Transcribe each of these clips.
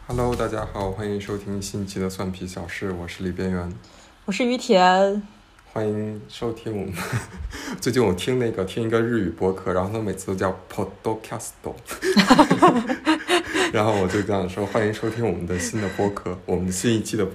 Hello，大家好，欢迎收听新一期的蒜皮小事，我是李边缘， 我是于田， 欢迎收听我们。最近我听一个日语播客，然后他每次都叫 podcast， 然后我就这样说，欢迎收听我们的新的播客，我们新一期的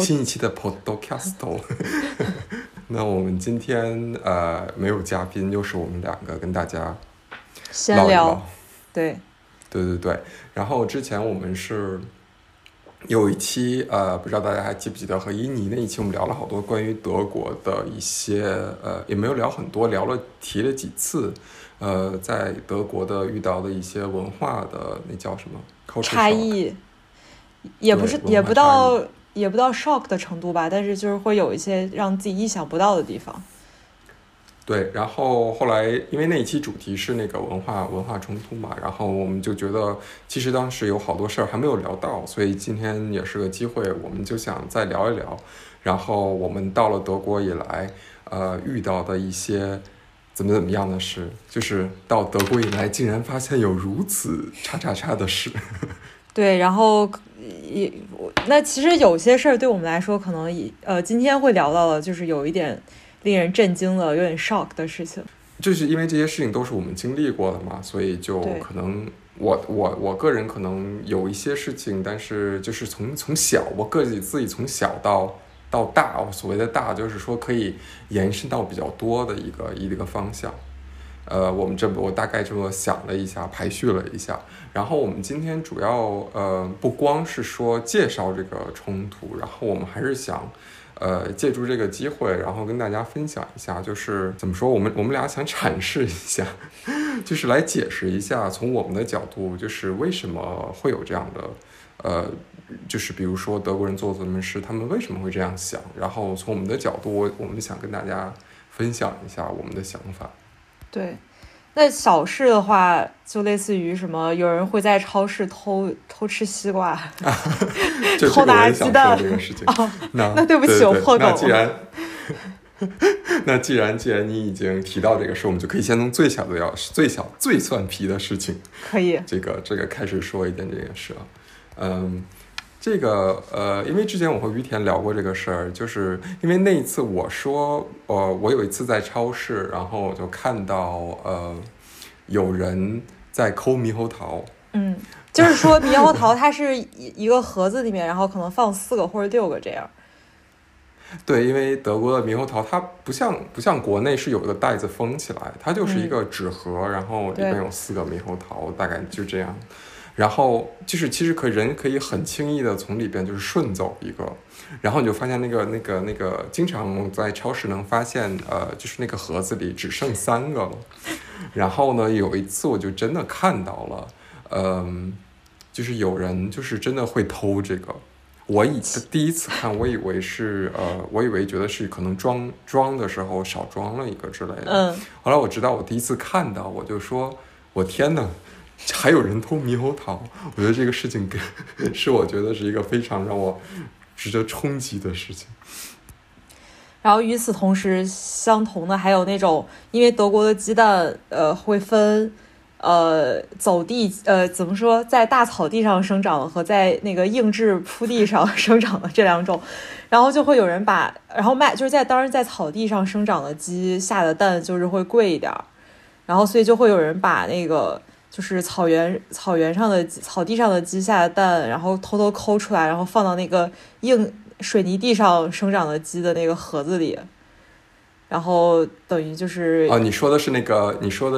podcast。那我们今天没有嘉宾，又是我们两个跟大家闲聊，对， 然后之前我们是有一期不知道大家还记不记得和伊妮那一期，我们聊了好多关于德国的一些也没有聊很多，提了几次在德国的遇到的一些文化的那叫什么差异，也不到 shock 的程度吧，但是就是会有一些让自己意想不到的地方。 对，然后后来因为那一期主题是那个文化冲突嘛，然后我们就觉得其实当时有好多事儿还没有聊到，所以今天也是个机会，我们就想再聊一聊。然后我们到了德国以来，遇到的一些怎么样的事，就是到德国以来竟然发现有如此叉的事。 对，然后那其实有些事儿对我们来说，可能今天会聊到的，就是有一点令人震惊的、有点 shock 的事情， 就是因为这些事情都是我们经历过的嘛，所以就可能我个人可能有一些事情，但是就是从小我自己从小到大，所谓的大就是说可以延伸到比较多的一个方向。我大概这么想了一下，排序了一下，然后我们今天主要不光是说介绍这个冲突，然后我们还是想借助这个机会，然后跟大家分享一下，就是怎么说，我们俩想阐释一下，就是来解释一下，从我们的角度，就是为什么会有这样的就是比如说德国人做这么事，他们为什么会这样想，然后从我们的角度，我们想跟大家分享一下我们的想法。 对，那小事的话，就类似于什么，有人会在超市偷吃西瓜，偷拿鸡蛋。 这个事情。 那对不起，我破梗了。 那既然你已经提到这个事，我们就可以先从最蒜皮的事情， 可以这个开始说一点这件事啊。这个因为之前我和于田聊过这个事儿，就是因为那一次我说我有一次在超市，然后我就看到有人在抠猕猴桃。 就是说猕猴桃它是一个盒子里面，然后可能放4个或者6个这样。 对，因为德国的猕猴桃它不像国内是有一个袋子封起来，它就是一个纸盒，然后里面有4个猕猴桃，大概就这样。然后就是其实人可以很轻易的从里边就是顺走一个，然后你就发现那个经常在超市能发现就是那个盒子里只剩3个了。然后呢，有一次我就真的看到了，就是有人就是真的会偷这个。我第一次看，我以为觉得是可能装的时候少装了一个之类的。后来我直到我第一次看到，我就说，我天哪！还有人偷猕猴桃，我觉得这个事情是我觉得是一个非常让我值得冲击的事情。 然后与此同时，相同的还有那种，因为德国的鸡蛋会分走地怎么说，在大草地上生长和在那个硬质铺地上生长的这2种，然后就会有人然后卖，就是当然在草地上生长的鸡下的蛋就是会贵一点，然后所以就会有人把那个就是草原上的草地上的鸡下的蛋，然后偷偷抠出来，然后放到那个硬水泥地上生长的鸡的那个盒子里，然后等于就是你说的是那个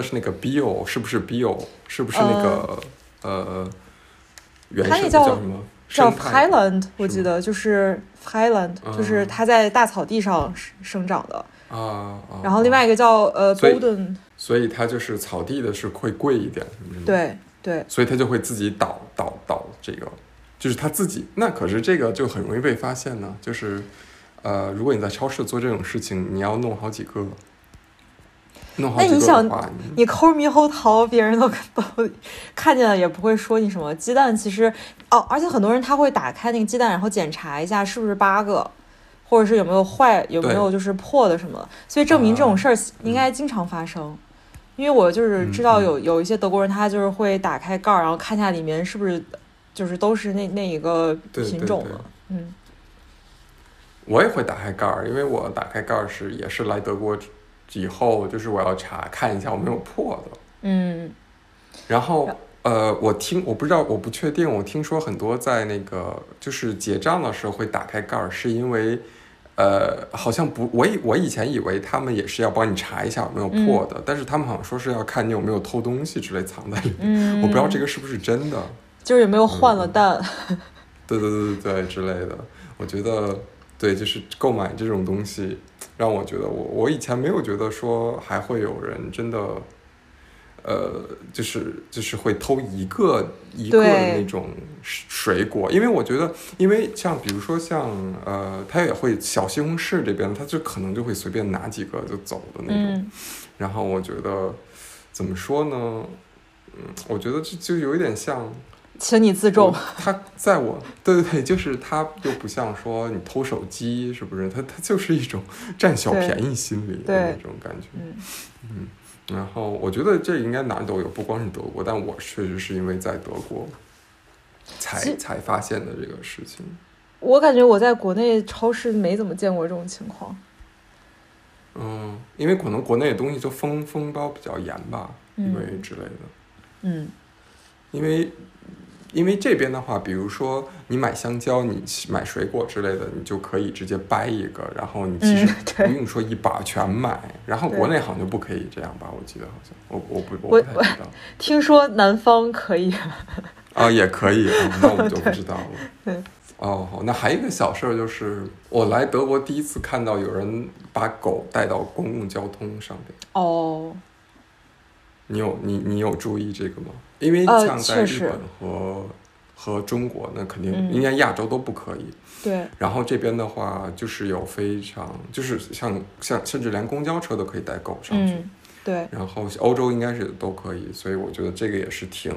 bio 是不是 bio 是不是那个原生叫什么？ 叫 Highland， 我记得就是 Highland，就是它在大草地上生长的然后另外一个叫Boden， 所以它就是草地的是会贵一点，是不是？ 对， 所以它就会自己倒这个，就是它自己。那可是这个就很容易被发现呢，就是如果你在超市做这种事情，你要弄好几个。 那你想，你抠猕猴桃，别人都看见了也不会说你什么。鸡蛋其实而且很多人他会打开那个鸡蛋，然后检查一下是不是8个，或者是有没有坏，有没有就是破的什么，所以证明这种事儿应该经常发生。因为我就是知道有一些德国人他就是会打开盖儿，然后看一下里面是不是就是都是那一个品种的。 我也会打开盖儿，因为我打开盖儿也是来德国以后，就是我要看一下我没有破的。然后我不知道，我不确定，我听说很多在那个就是结账的时候会打开盖儿，是因为好像不，我以前以为他们也是要帮你查一下有没有破的，但是他们好像说是要看你有没有偷东西之类藏在里面。我不知道这个是不是真的， 就是有没有换了蛋。 对之类的。我觉得对，就是购买这种东西让我觉得我以前没有觉得说还会有人真的就是会偷一个那种水果，因为我觉得，因为像比如说像他也会小西红柿这边，他就可能就会随便拿几个就走的那种。然后我觉得怎么说呢？我觉得这就有一点像， 请你自重。 他在我对，就是他又不像说你偷手机，是不是？他就是一种占小便宜心理的那种感觉。然后我觉得这应该哪儿都有，不光是德国，但我确实是因为在德国才发现的这个事情。 我感觉我在国内超市没怎么见过这种情况。 因为可能国内的东西就封包比较严吧，因为之类的。因为这边的话，比如说你买香蕉，你买水果之类的，你就可以直接掰一个，然后你其实不用说一把全买。然后国内好像就不可以这样吧？我记得好像我不太知道。 听说南方可以也可以那我们就不知道了。好，那还有一个小事就是，我来德国第一次看到有人把狗带到公共交通上面。你有注意这个吗？因为像在日本和中国，那肯定应该亚洲都不可以。 对。 然后这边的话，就是有就是像甚至连公交车都可以带狗上去。 对。 然后欧洲应该是都可以，所以我觉得这个也是挺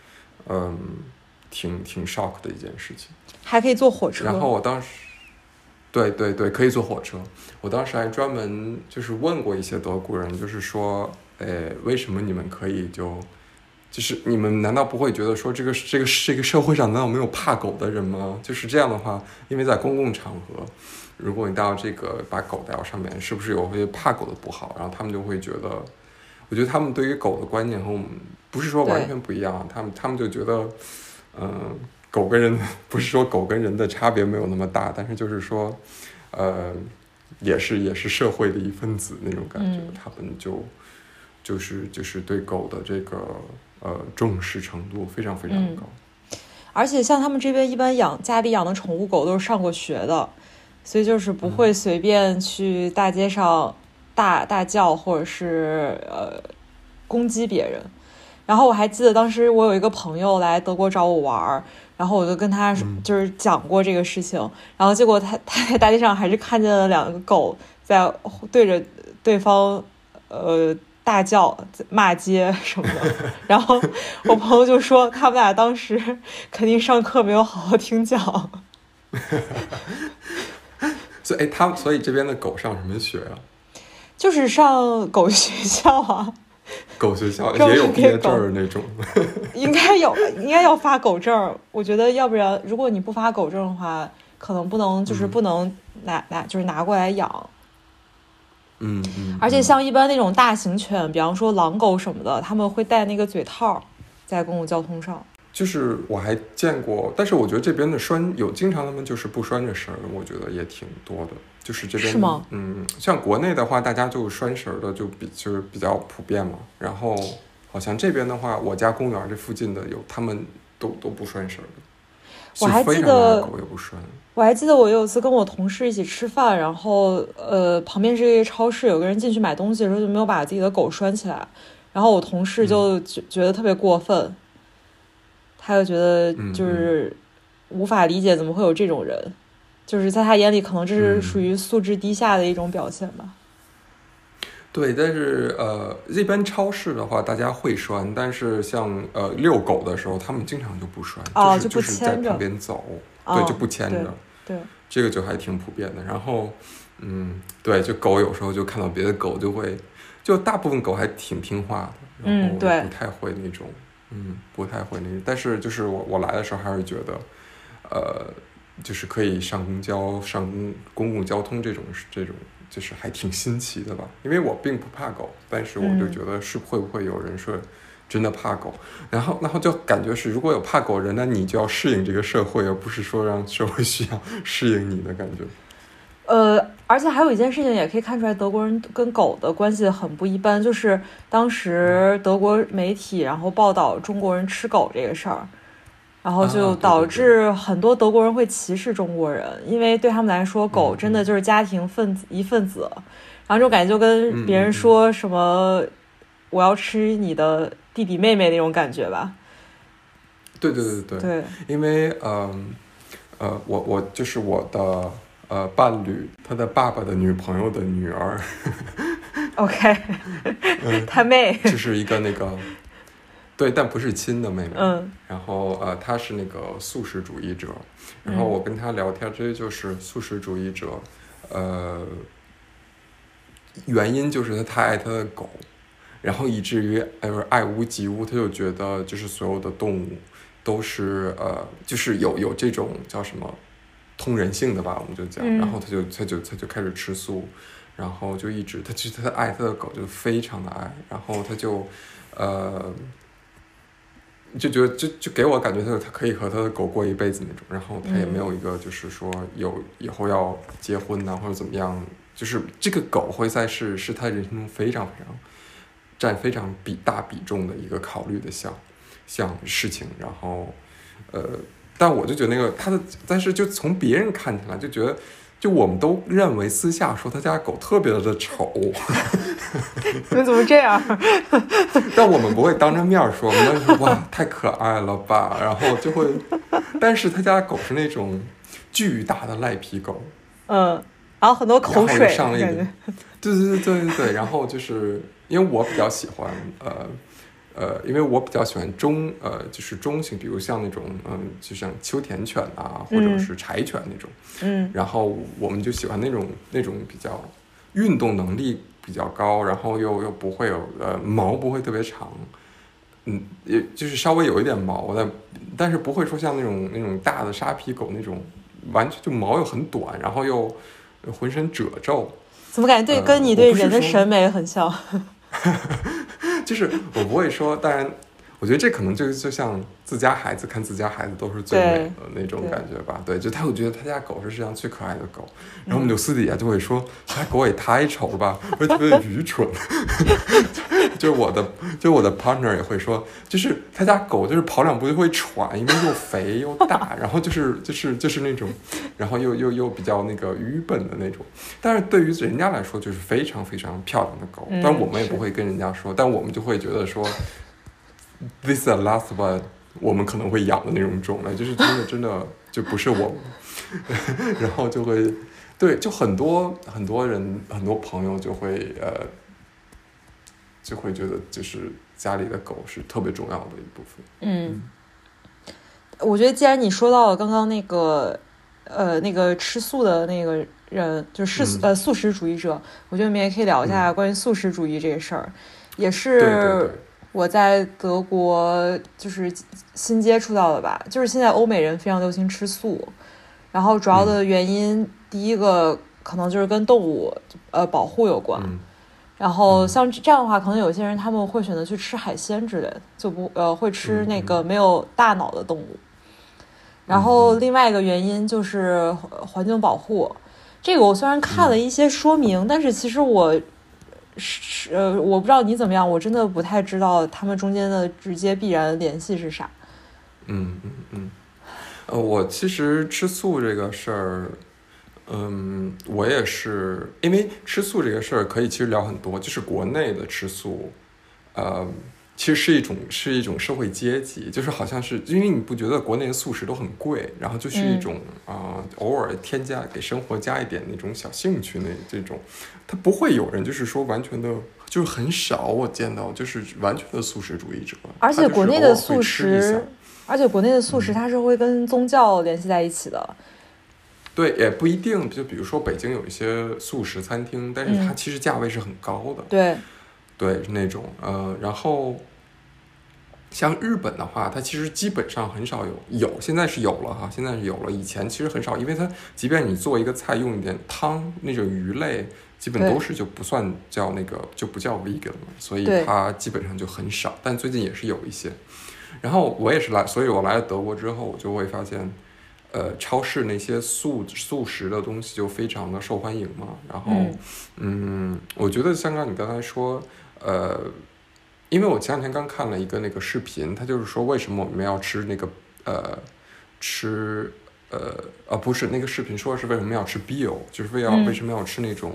shock 的一件事情。 还可以坐火车。 然后我当时对，可以坐火车。我当时还专门就是问过一些德国人，就是说为什么你们可以就是你们难道不会觉得说这个社会上难道没有怕狗的人吗？就是这样的话，因为在公共场合，如果你到这个把狗带到上面，是不是有些怕狗的不好？然后他们就会觉得，我觉得他们对于狗的观念和我们不是说完全不一样，他们就觉得狗跟人不是说狗跟人的差别没有那么大，但是就是说也是社会的一份子那种感觉。他们就是对狗的这个重视程度非常非常高。 而且像他们这边一般家里养的宠物狗都是上过学的，所以就是不会随便去大街上大叫或者是攻击别人。然后我还记得当时我有一个朋友来德国找我玩，然后我就跟他就是讲过这个事情，然后结果他在大街上还是看见了2个狗在对着对方大叫骂街什么的。然后我朋友就说他们俩当时肯定上课没有好好听讲。 所以这边的狗上什么学啊？ 就是上狗学校啊。 狗学校也有毕业证那种。 应该要发狗证。我觉得要不然如果你不发狗证的话，可能不能拿过来养。而且像一般那种大型犬，比方说狼狗什么的，他们会戴那个嘴套在公共交通上。 就是我还见过，但是我觉得这边的经常他们就是不拴着绳，我觉得也挺多的。就是这边是吗？ 像国内的话，大家就拴绳的就是比较普遍嘛。然后好像这边的话，我家公园这附近的他们都不拴绳的。 我还记得狗也不拴。 我还记得我有一次跟我同事一起吃饭，然后旁边这个超市有个人进去买东西的时候就没有把自己的狗拴起来，然后我同事就觉得特别过分。他就觉得就是无法理解怎么会有这种人，就是在他眼里可能这是属于素质低下的一种表现吧。 对，但是一般超市的话大家会拴，但是像遛狗的时候他们经常就不拴，就是在旁边走，对，就不牵着。 对， 这个就还挺普遍的。然后对，就狗有时候就看到别的狗就大部分狗还挺听话的，然后不太会那种不太会那个，但是就是我来的时候还是觉得，就是可以上公共交通这种就是还挺新奇的吧，因为我并不怕狗，但是我就觉得会不会有人说真的怕狗，然后就感觉是如果有怕狗人，那你就要适应这个社会，而不是说让社会需要适应你的感觉。 而且还有一件事情也可以看出来，德国人跟狗的关系很不一般，就是当时德国媒体然后报道中国人吃狗这个事儿，然后就导致很多德国人会歧视中国人，因为对他们来说，狗真的就是家庭一份子，然后这种感觉就跟别人说什么我要吃你的弟弟妹妹那种感觉吧。 对，因为我就是我的。伴侣他的爸爸的女朋友的女儿 ，OK， 他妹就是一个那个，对，但不是亲的妹妹。然后他是那个素食主义者，然后我跟他聊天，这就是素食主义者，原因就是他太爱他的狗，然后以至于爱屋及乌，他就觉得就是所有的动物都是就是有这种叫什么。通人性的吧，我们就讲，然后他就开始吃素，然后就一直他爱他的狗就非常的爱，然后他就就觉得就给我感觉他可以和他的狗过一辈子那种，然后他也没有一个就是说以后要结婚或者怎么样，就是这个狗会是他人生中非常非常占非常大比重的一个考虑的项事情，然后但我就觉得那个但是就从别人看起来就觉得，就我们都认为私下说他家狗特别的丑， 你们怎么这样？ 但我们不会当着面说，我们说哇太可爱了吧，然后就会，但是他家狗是那种巨大的赖皮狗， 然后很多口水， 上了一个，对，然后就是因为我比较喜欢因为我比较喜欢就是中型，比如像那种就像秋田犬或者是柴犬那种，然后我们就喜欢那种比较运动能力比较高，然后又不会有毛不会特别长，也就是稍微有一点毛的，但是不会说像那种大的沙皮狗那种完全就毛又很短，然后又浑身褶皱。 怎么感觉跟你对人的审美很像？ 就是我不会说，当然我觉得这可能就像自家孩子看自家孩子都是最美的那种感觉吧。对，就他会觉得他家狗是世界上最可爱的狗，然后我们就私底下就会说，他狗也太丑了吧，会特别愚蠢。就是我的 partner 也会说，就是他家狗就是跑两步就会喘，因为又肥又大，然后就是那种，然后又比较那个愚笨的那种。但是对于人家来说就是非常非常漂亮的狗，但我们也不会跟人家说，但我们就会觉得说 this is the last one 我们可能会养的那种种类，就是真的就不是我们。然后就会对，就很多人很多朋友就会觉得就是家里的狗是特别重要的一部分。 我觉得既然你说到了刚刚那个吃素的那个人，就是素食主义者，我觉得我们也可以聊一下关于素食主义这个事儿，也是我在德国就是新接触到的吧。就是现在欧美人非常流行吃素，然后主要的原因，第一个可能就是跟动物保护有关。然后像这样的话，可能有些人他们会选择去吃海鲜之类的，就会吃那个没有大脑的动物。然后另外一个原因就是环境保护，这个我虽然看了一些说明，但是其实我不知道你怎么样，我真的不太知道他们中间的直接必然的联系是啥。 我其实吃素这个事儿。我也是，因为吃素这个事儿可以其实聊很多，就是国内的吃素，其实是一种社会阶级，就是好像是因为你不觉得国内的素食都很贵，然后就是一种偶尔给生活加一点那种小兴趣这种，它不会有人就是说完全的，就是很少我见到就是完全的素食主义者， 而且国内的素食它是会跟宗教联系在一起的。 对，也不一定。就比如说北京有一些素食餐厅，但是它其实价位是很高的。 对， 那种然后像日本的话，它其实基本上很少有，现在是有了哈，现在是有了，以前其实很少，因为它即便你做一个菜用一点汤那种鱼类，基本都是就不算叫那个就不叫 vegan 了，所以它基本上就很少，但最近也是有一些。然后我也是所以我来了德国之后，我就会发现，超市那些素食的东西就非常的受欢迎嘛。然后，我觉得像你刚才说，因为我前两天刚看了一个那个视频，他就是说为什么我们要吃那个不是那个视频说的是为什么要吃 bio， 就是为什么要吃那种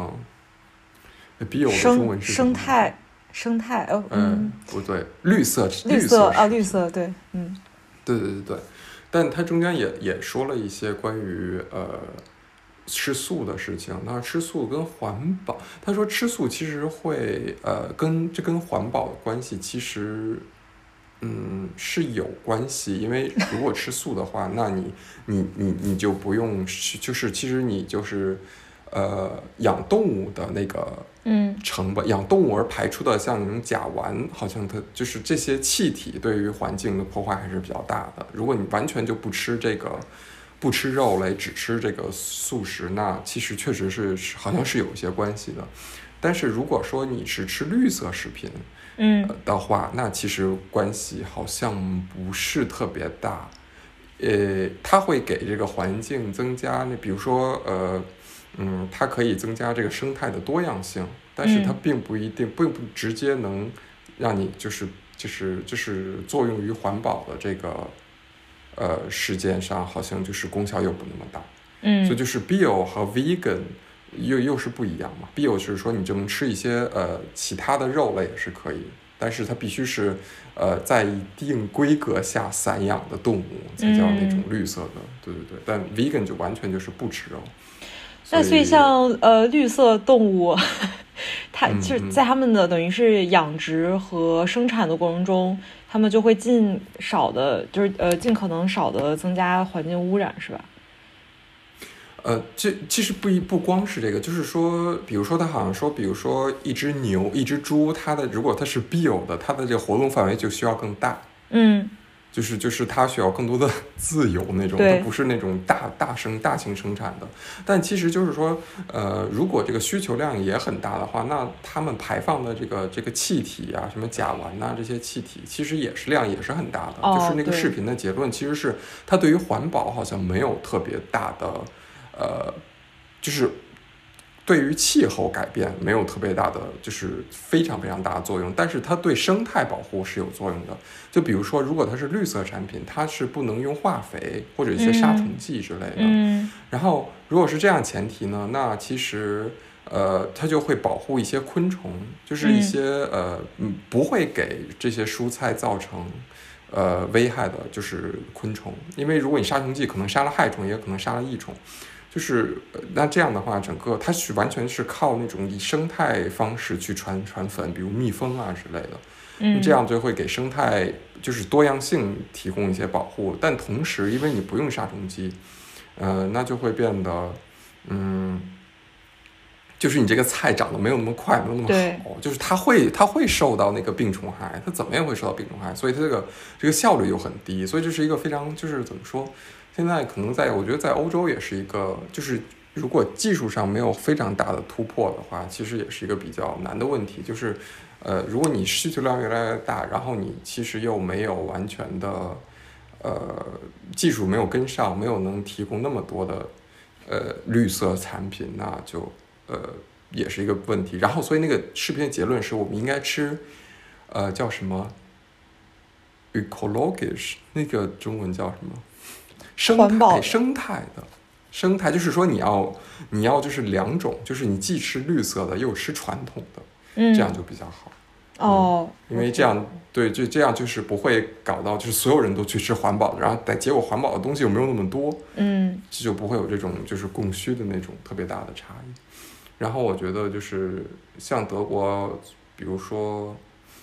bio 的中文是什么？ 生态不对，绿色绿色对， 对，但他中间也说了一些关于吃素的事情。那吃素跟环保，他说吃素其实会跟环保的关系其实是有关系，因为如果吃素的话，那你就不用就是其实你就是养动物的那个成本，养动物而排出的像那种甲烷，好像它就是这些气体对于环境的破坏还是比较大的。如果你完全就不吃肉类，只吃这个素食，那其实确实是好像是有一些关系的。但是如果说你是吃绿色食品的话，那其实关系好像不是特别大。它会给这个环境增加比如说它可以增加这个生态的多样性，但是它并不直接能让你就是作用于环保的这个事件上，好像就是功效又不那么大。所以就是 bio 和 vegan 又是不一样嘛。bio 就是说你就能吃一些其他的肉类也是可以，但是它必须是在一定规格下散养的动物才叫那种绿色的，对。但 vegan 就完全就是不吃肉。 所以像绿色动物，它就是在他们的等于是养殖和生产的过程中，他们就会尽可能少的增加环境污染，是吧？ 这其实不光是这个，就是说，比如说他好像说，比如说一只牛、一只猪，如果它是 bio 的，它的这个活动范围就需要更大。就是它需要更多的自由那种，它不是那种大型生产的。但其实就是说，如果这个需求量也很大的话，那他们排放的这个气体啊，什么甲烷啊这些气体，其实量也是很大的。就是那个视频的结论其实是，它对于环保好像没有特别大的，就是对于气候改变没有特别大的，就是非常非常大的作用，但是它对生态保护是有作用的。就比如说，如果它是绿色产品，它是不能用化肥或者一些杀虫剂之类的。然后，如果是这样前提呢，那其实它就会保护一些昆虫，就是一些不会给这些蔬菜造成危害的，就是昆虫。因为如果你杀虫剂可能杀了害虫，也可能杀了益虫。就是那这样的话，整个它是完全是靠那种以生态方式去传粉，比如蜜蜂啊之类的。这样就会给生态就是多样性提供一些保护，但同时因为你不用杀虫剂，那就会变得就是你这个菜长得没有那么快，没有那么好，就是它会受到那个病虫害，它怎么样会受到病虫害，所以它这个效率又很低，所以这是一个非常就是怎么说？现在可能我觉得在欧洲也是一个，就是如果技术上没有非常大的突破的话，其实也是一个比较难的问题。就是如果你需求量越来越大，然后你其实又没有完全的技术没有跟上，没有能提供那么多的绿色产品，那就也是一个问题。然后所以那个视频的结论是我们应该吃叫什么 ecologisch， 那个中文叫什么？生态就是说你要就是两种，就是你既吃绿色的又吃传统的，这样就比较好。因为这样对，就这样就是不会搞到就是所有人都去吃环保的，然后结果环保的东西又没有那么多，就不会有这种就是供需的那种特别大的差异。然后我觉得就是像德国，比如说。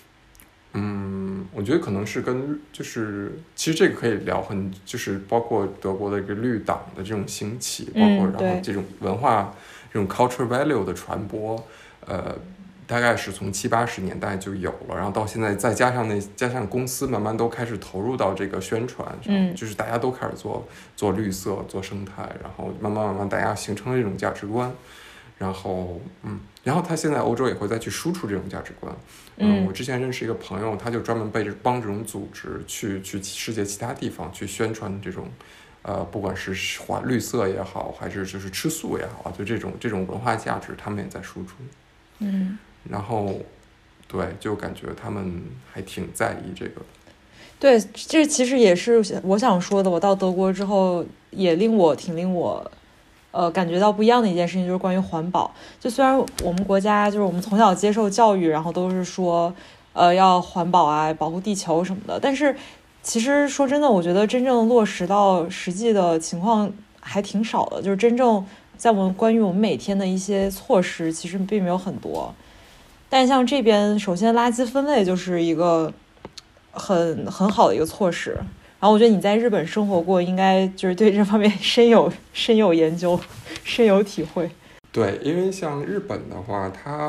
我觉得可能是就是其实这个可以聊就是包括德国的一个绿党的这种兴起，包括然后这种文化这种 cultural value 的传播， 大概是从70、80年代就有了，然后到现在，再加上公司慢慢都开始投入到这个宣传上，就是大家都开始做绿色、做生态，然后慢慢大家形成了这种价值观，然后他现在欧洲也会再去输出这种价值观。我之前认识一个朋友，他就专门帮这种组织去世界其他地方去宣传这种。不管是绿色也好，还是就是吃素也好，就这种文化价值，他们也在输出。然后，对，就感觉他们还挺在意这个。 对，这其实也是我想说的。我到德国之后，也挺令我，感觉到不一样的一件事情，就是关于环保。就虽然我们国家就是我们从小接受教育，然后都是说，要环保啊，保护地球什么的，但是。其实说真的，我觉得真正落实到实际的情况还挺少的，就是真正在关于我们每天的一些措施，其实并没有很多。但像这边，首先垃圾分类就是一个很好的一个措施。然后我觉得你在日本生活过，应该就是对这方面深有研究，深有体会。 对，因为像日本的话，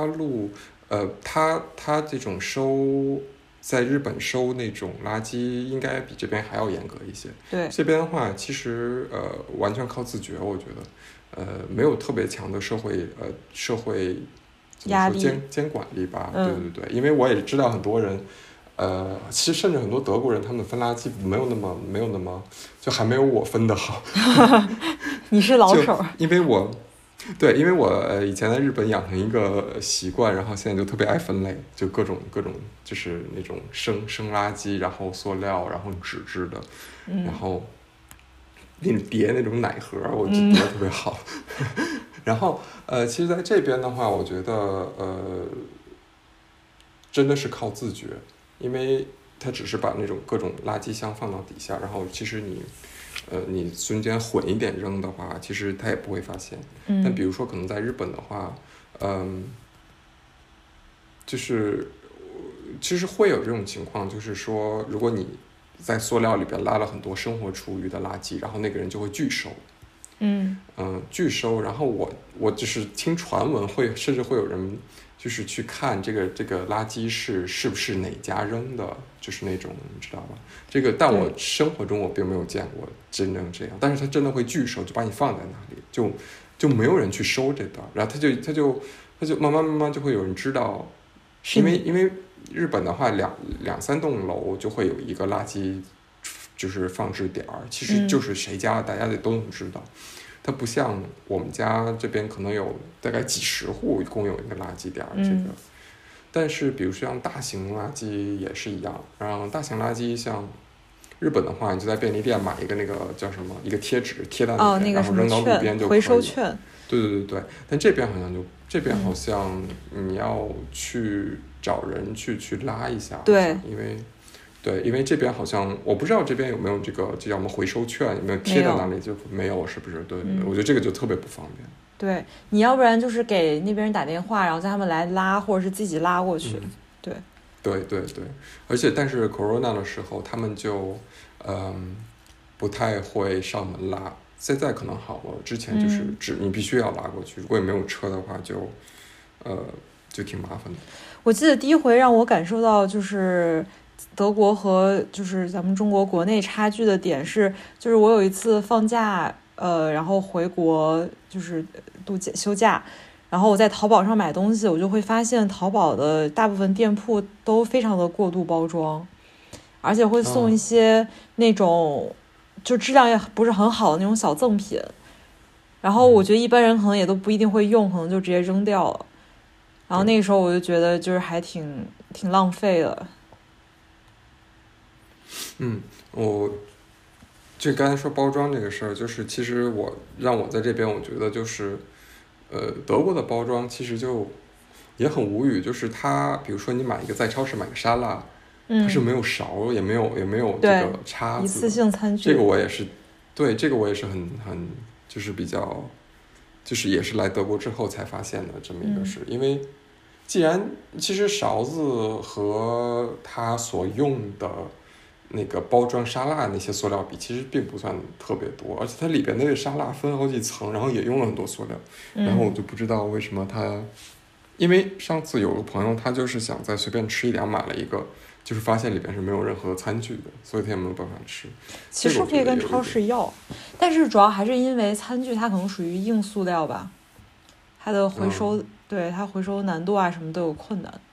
它这种在日本收那种垃圾应该比这边还要严格一些。 对， 这边的话其实完全靠自觉，我觉得没有特别强的社会压力监管力吧。对，因为我也知道很多人其实甚至很多德国人他们的分垃圾没有那么就还没有我分的好。 你是老手。 因为我以前在日本养成一个习惯，然后现在就特别爱分类，就各种就是那种生垃圾，然后塑料，然后纸质的，然后叠那种奶盒，我觉得特别好。然后其实在这边的话，我觉得真的是靠自觉，因为它只是把那种各种垃圾箱放到底下，然后其实你瞬间混一点扔的话，其实他也不会发现。但比如说可能在日本的话，就是其实会有这种情况，就是说如果你在塑料里边拉了很多生活厨余的垃圾，然后那个人就会拒收。拒收。然后我就是听传闻甚至会有人就是去看这个垃圾是不是哪家扔的，就是那种你知道吧？这个但我生活中我并没有见过真正这样，但是他真的会拒收，就把你放在那里，就没有人去收这个，然后他就慢慢就会有人知道，因为日本的话两三栋楼就会有一个垃圾就是放置点，其实就是谁家大家都能知道。它不像我们家这边可能有大概几十户共有一个垃圾点，这个。但是比如说像大型垃圾也是一样，然后大型垃圾像日本的话，你就在便利店买一个那个叫什么一个贴纸贴到那边，然后扔到路边就可以。 回收券。 对，但这边好像你要去找人去拉一下， 对， 因为这边好像我不知道这边有没有这个叫什么回收券，有没有贴在那里，就没有，是不是？对，我觉得这个就特别不方便。 对，你要不然就是给那边人打电话，然后叫他们来拉，或者是自己拉过去。对， 而且但是 Corona 的时候，他们就不太会上门拉，现在可能好了，之前就是你必须要拉过去，如果你没有车的话就挺麻烦的。 我记得第一回让我感受到就是德国和就是咱们中国国内差距的点是，就是我有一次放假，然后回国就是休假，然后我在淘宝上买东西，我就会发现淘宝的大部分店铺都非常的过度包装，而且会送一些那种就质量也不是很好的那种小赠品，然后我觉得一般人可能也都不一定会用，可能就直接扔掉了。然后那个时候我就觉得就是还挺浪费的。 我就刚才说包装这个事儿，就是其实让我在这边，我觉得就是德国的包装其实就也很无语，就是它比如说你在超市买个沙拉，它是没有勺，也没有这个叉子， 一次性餐具。 这个我也是很就是比较就是也是来德国之后才发现的这么一个事，因为既然其实勺子和它所用的那个包装沙拉那些塑料比，其实并不算特别多，而且它里边那个沙拉分好几层，然后也用了很多塑料，然后我就不知道为什么它因为上次有个朋友他就是想再随便吃一点，买了一个，就是发现里边是没有任何餐具的，所以他也没有办法吃。 其实可以跟超市要，但是主要还是因为餐具它可能属于硬塑料吧，它的回收，对它回收难度啊什么都有困难。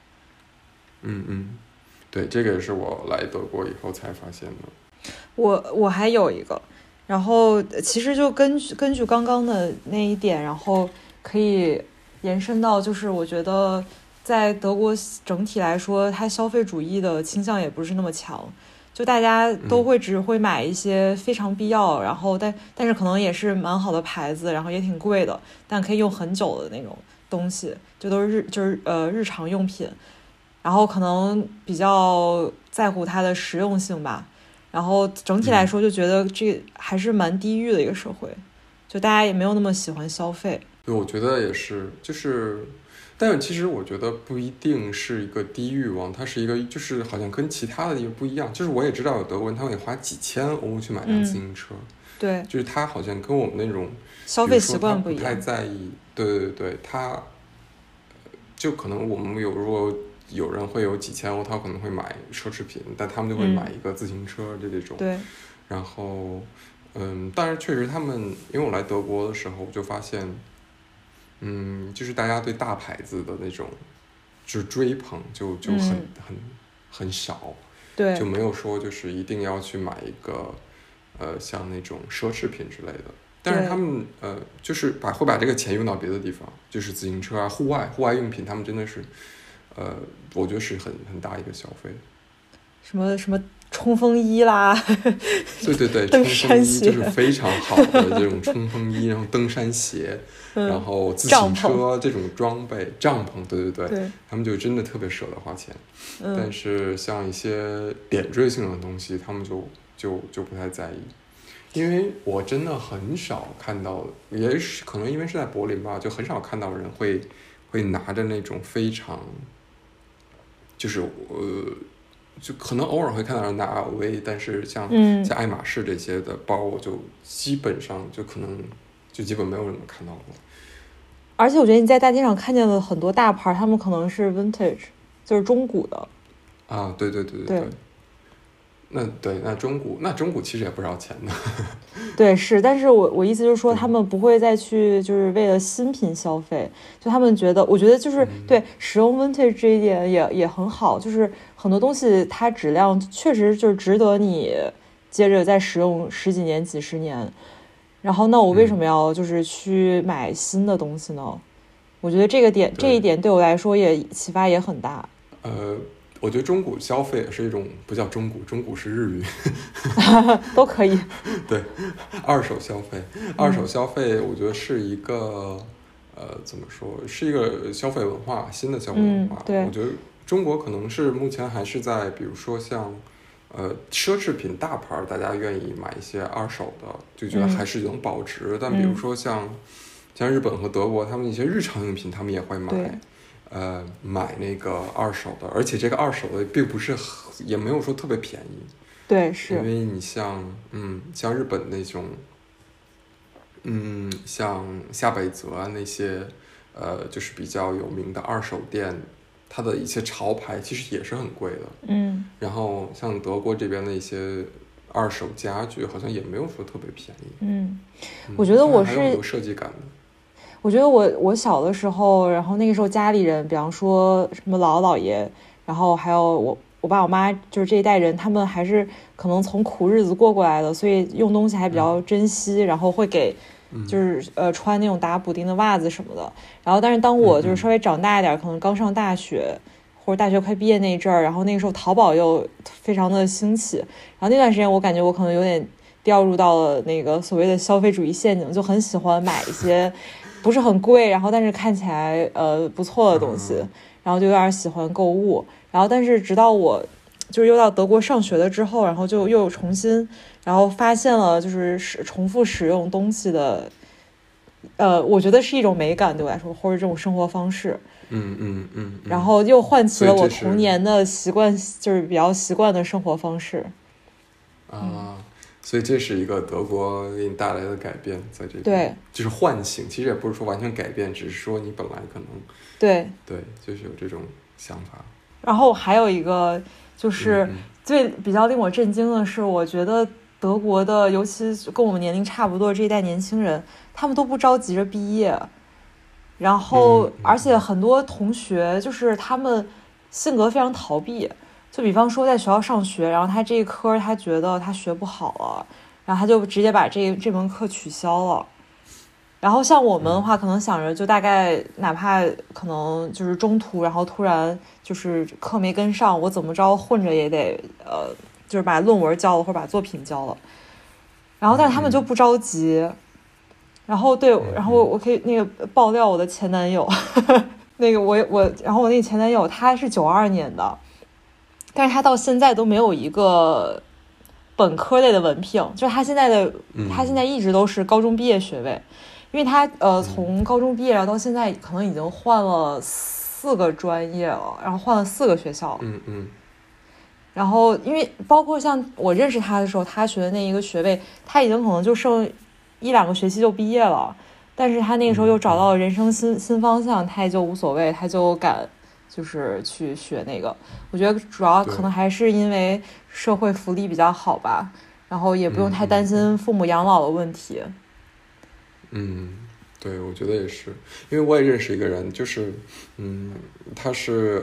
对，这个也是我来德国以后才发现的。 我还有一个，然后其实就根据刚刚的那一点，然后可以延伸到，就是我觉得在德国整体来说，它消费主义的倾向也不是那么强，就大家都会只会买一些非常必要，然后但是可能也是蛮好的牌子，然后也挺贵的，但可以用很久的那种东西，就都是日常用品，然后可能比较在乎它的实用性吧。然后整体来说就觉得这还是蛮低欲的一个社会，就大家也没有那么喜欢消费。 对，我觉得也是，但是其实我觉得不一定是一个低欲望，它是一个就是好像跟其他的地方不一样。就是我也知道有德国人他会花几千欧去买辆自行车， 对， 就是他好像跟我们那种消费习惯不一样， 不太在意。对，他就可能我们如果有人会有几千欧，他可能会买奢侈品，但他们就会买一个自行车这种。 对。 然后，但是确实他们，因为我来德国的时候，我就发现，就是大家对大牌子的那种，就是追捧就很少， 对， 就没有说就是一定要去买一个，像那种奢侈品之类的。但是他们就是会把这个钱用到别的地方，就是自行车啊、户外用品，他们真的是。我觉得是很大一个消费， 什么冲锋衣啦， 对， 登山鞋就是非常好的这种冲锋衣，然后登山鞋，然后自行车这种装备，帐篷，对，他们就真的特别舍得花钱。但是像一些点缀性的东西，他们就不太在意，因为我真的很少看到，也是可能因为是在柏林吧，就很少看到人会拿着那种非常。就是就可能偶尔会看到人拿 LV， 但是像爱马仕这些的包，我就基本上就可能就基本没有人看到过。 而且我觉得你在大街上看见了很多大牌，他们可能是 vintage， 就是中古的。 啊，对。那中古其实也不少钱的。 对，是，但是我意思就是说，他们不会再去就是为了新品消费，就他们觉得，我觉得就是对使用 vintage 这一点也很好，就是很多东西它质量确实就是值得你接着再使用十几年、几十年。然后那我为什么要就是去买新的东西呢？我觉得这一点对我来说也启发也很大。 我觉得中古消费也是一种，不叫中古是日语都可以。 对，二手消费我觉得是一个怎么说，是一个消费文化，新的消费文化。 对， 我觉得中国可能是目前还是在比如说像奢侈品大牌，大家愿意买一些二手的，就觉得还是能保值。但比如说像日本和德国，他们一些日常用品他们也会买。买那个二手的，而且这个二手的并不是也没有说特别便宜。 对，是因为你像日本那种像下北泽啊那些就是比较有名的二手店，它的一些潮牌其实也是很贵的。然后像德国这边的一些二手家具好像也没有说特别便宜。 我觉得我是还有设计感的。 我觉得我小的时候，然后那个时候家里人，比方说什么姥姥姥爷，然后还有我爸我妈，就是这一代人，他们还是可能从苦日子过来的，所以用东西还比较珍惜，然后会给就是穿那种打补丁的袜子什么的。然后但是当我就是稍微长大一点，可能刚上大学或者大学快毕业那一阵儿，然后那个时候淘宝又非常的兴起，然后那段时间我感觉我可能有点掉入到了那个所谓的消费主义陷阱，就很喜欢买一些不是很贵，然后但是看起来不错的东西，然后就有点喜欢购物。然后但是直到我就是又到德国上学了之后，然后就又重新然后发现了就是重复使用东西的我觉得是一种美感对我来说，或者这种生活方式。然后又唤起了我童年的习惯，就是比较习惯的生活方式。 所以这是一个德国给你带来的改变，在这边对， 就是唤醒。其实也不是说完全改变，只是说你本来可能对， 就是有这种想法。 然后还有一个就是比较令我震惊的是，我觉得德国的，尤其跟我们年龄差不多这一代年轻人，他们都不着急着毕业，然后而且很多同学就是他们性格非常逃避，就比方说在学校上学，然后他这一科他觉得他学不好了，然后他就直接把这门课取消了。然后像我们的话，可能想着就大概哪怕可能就是中途，然后突然就是课没跟上，我怎么着混着也得就是把论文交了或者把作品交了。然后但是他们就不着急。然后然后我可以那个爆料我的前男友，那个然后我那个前男友他是92年的，但是他到现在都没有一个本科类的文凭，就是他现在一直都是高中毕业学位。因为他从高中毕业到现在可能已经换了4个专业了，然后换了4个学校。然后因为包括像我认识他的时候，他学的那一个学位，他已经可能就剩1-2个学期就毕业了，但是他那个时候又找到了人生新方向，他也就无所谓，他就敢就是去学那个。我觉得主要可能还是因为社会福利比较好吧，然后也不用太担心父母养老的问题。 对，我觉得也是，因为我也认识一个人，就是他是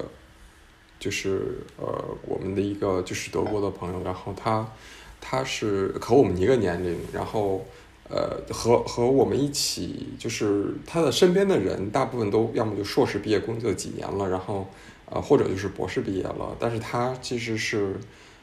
我们的一个就是德国的朋友，然后他是和我们一个年龄，然后和我们一起，就是他的身边的人大部分都要么就硕士毕业工作几年了，然后或者就是博士毕业了，但是他其实是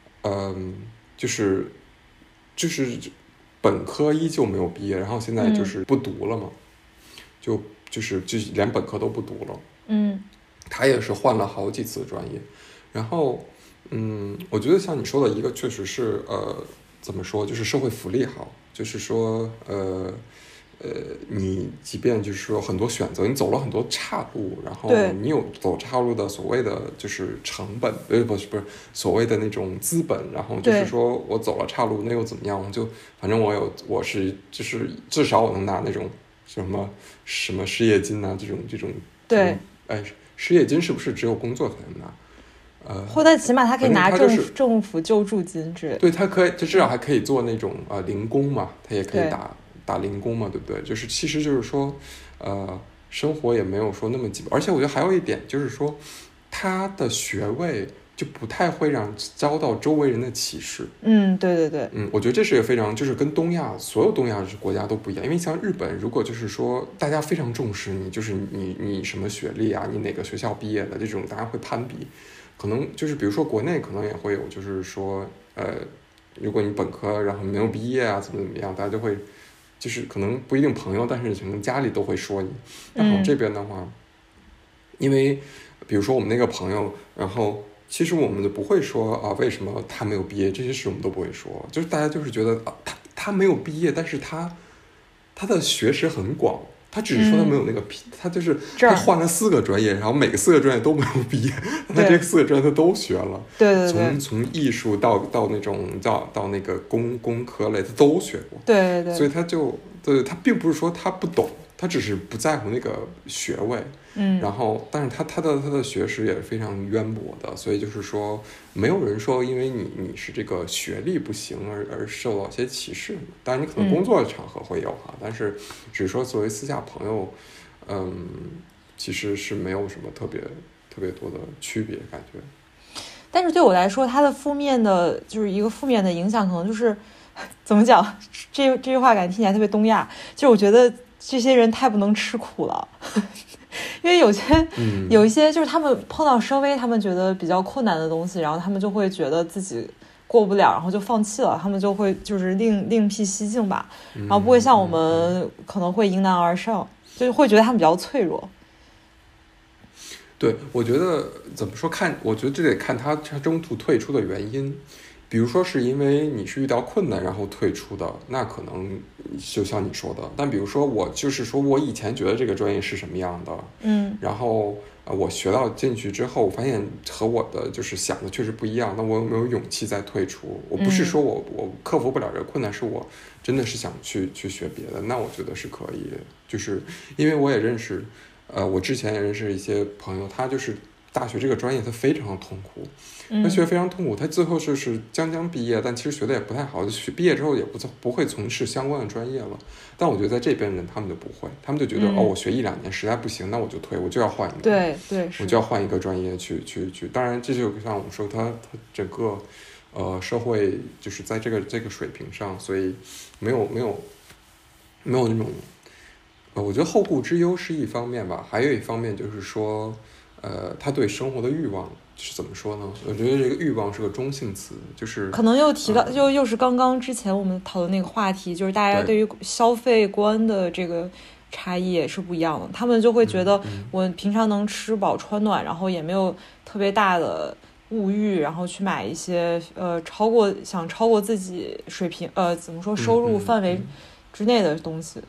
就是本科依旧没有毕业，然后现在就是不读了嘛，就是连本科都不读了。他也是换了好几次专业，然后我觉得像你说的一个确实是怎么说，就是社会福利好，就是说你即便就是说很多选择，你走了很多岔路，然后你有走岔路的所谓的就是成本，不是所谓的那种资本，然后就是说我走了岔路，那又怎么样？就反正我是就是至少我能拿那种什么失业金啊这种对， 失业金是不是只有工作才能拿？ 或者起码他可以拿政府救助金之类的。 对，他可以，就至少还可以做那种零工嘛，他也可以打零工嘛，对不对？就是其实就是说，生活也没有说那么紧，而且我觉得还有一点就是说，他的学位就不太会遭到周围人的歧视。 对， 我觉得这是一个非常，就是跟所有东亚国家都不一样，因为像日本，如果就是说大家非常重视你，就是你什么学历啊，你哪个学校毕业的这种，大家会攀比。可能就是比如说国内可能也会有，就是说如果你本科然后没有毕业啊，怎么样，大家就会就是可能不一定朋友，但是可能家里都会说你。然后这边的话，因为比如说我们那个朋友，然后其实我们就不会说为什么他没有毕业，这些事我们都不会说，就是大家就是觉得他没有毕业，但是他的学识很广。他只是说他没有那个他就是他换了4个专业，然后每个4个专业都没有毕业，他这4个专业他都学了。 对， 从艺术到那种到那个工科类，他都学过。 对， 所以他并不是说他不懂，他只是不在乎那个学位。然后但是他的学识也是非常渊博的，所以就是说没有人说因为你是这个学历不行而受到一些歧视。当然你可能工作的场合会有但是只是说作为私下朋友其实是没有什么特别多的区别感觉。 但是对我来说，它的负面的就是一个负面的影响，可能就是怎么讲，这句话感觉听起来特别东亚，就是我觉得这些人太不能吃苦了。因为有一些就是他们碰到稍微他们觉得比较困难的东西，然后他们就会觉得自己过不了，然后就放弃了，他们就会就是另辟蹊径吧，然后不会像我们可能会迎难而上，就会觉得他们比较脆弱。 对，我觉得怎么说我觉得这得看他中途退出的原因。比如说是因为你是遇到困难然后退出的，那可能就像你说的。但比如说我就是说我以前觉得这个专业是什么样的，然后我学到进去之后，我发现和我的就是想的确实不一样，那我有没有勇气再退出？我不是说我克服不了这个困难，是我真的是想去学别的，那我觉得是可以。就是因为我也认识，我之前也认识一些朋友，他就是大学这个专业他非常的痛苦，他学得非常痛苦，他最后就是将毕业，但其实学的也不太好，毕业之后也不会从事相关的专业了。但我觉得在这边人他们就不会，他们就觉得我学1-2年实在不行，那我就退，我就要换一个， 对， 我就要换一个专业去。当然，这就像我们说，他整个社会就是在这个水平上，所以没有那种我觉得后顾之忧是一方面吧，还有一方面就是说他对生活的欲望是怎么说呢？我觉得这个欲望是个中性词，就是可能又提到又是刚刚之前我们讨论那个话题，就是大家对于消费观的这个差异也是不一样的。他们就会觉得我平常能吃饱穿暖，然后也没有特别大的物欲，然后去买一些超过自己水平怎么说收入范围之内的东西。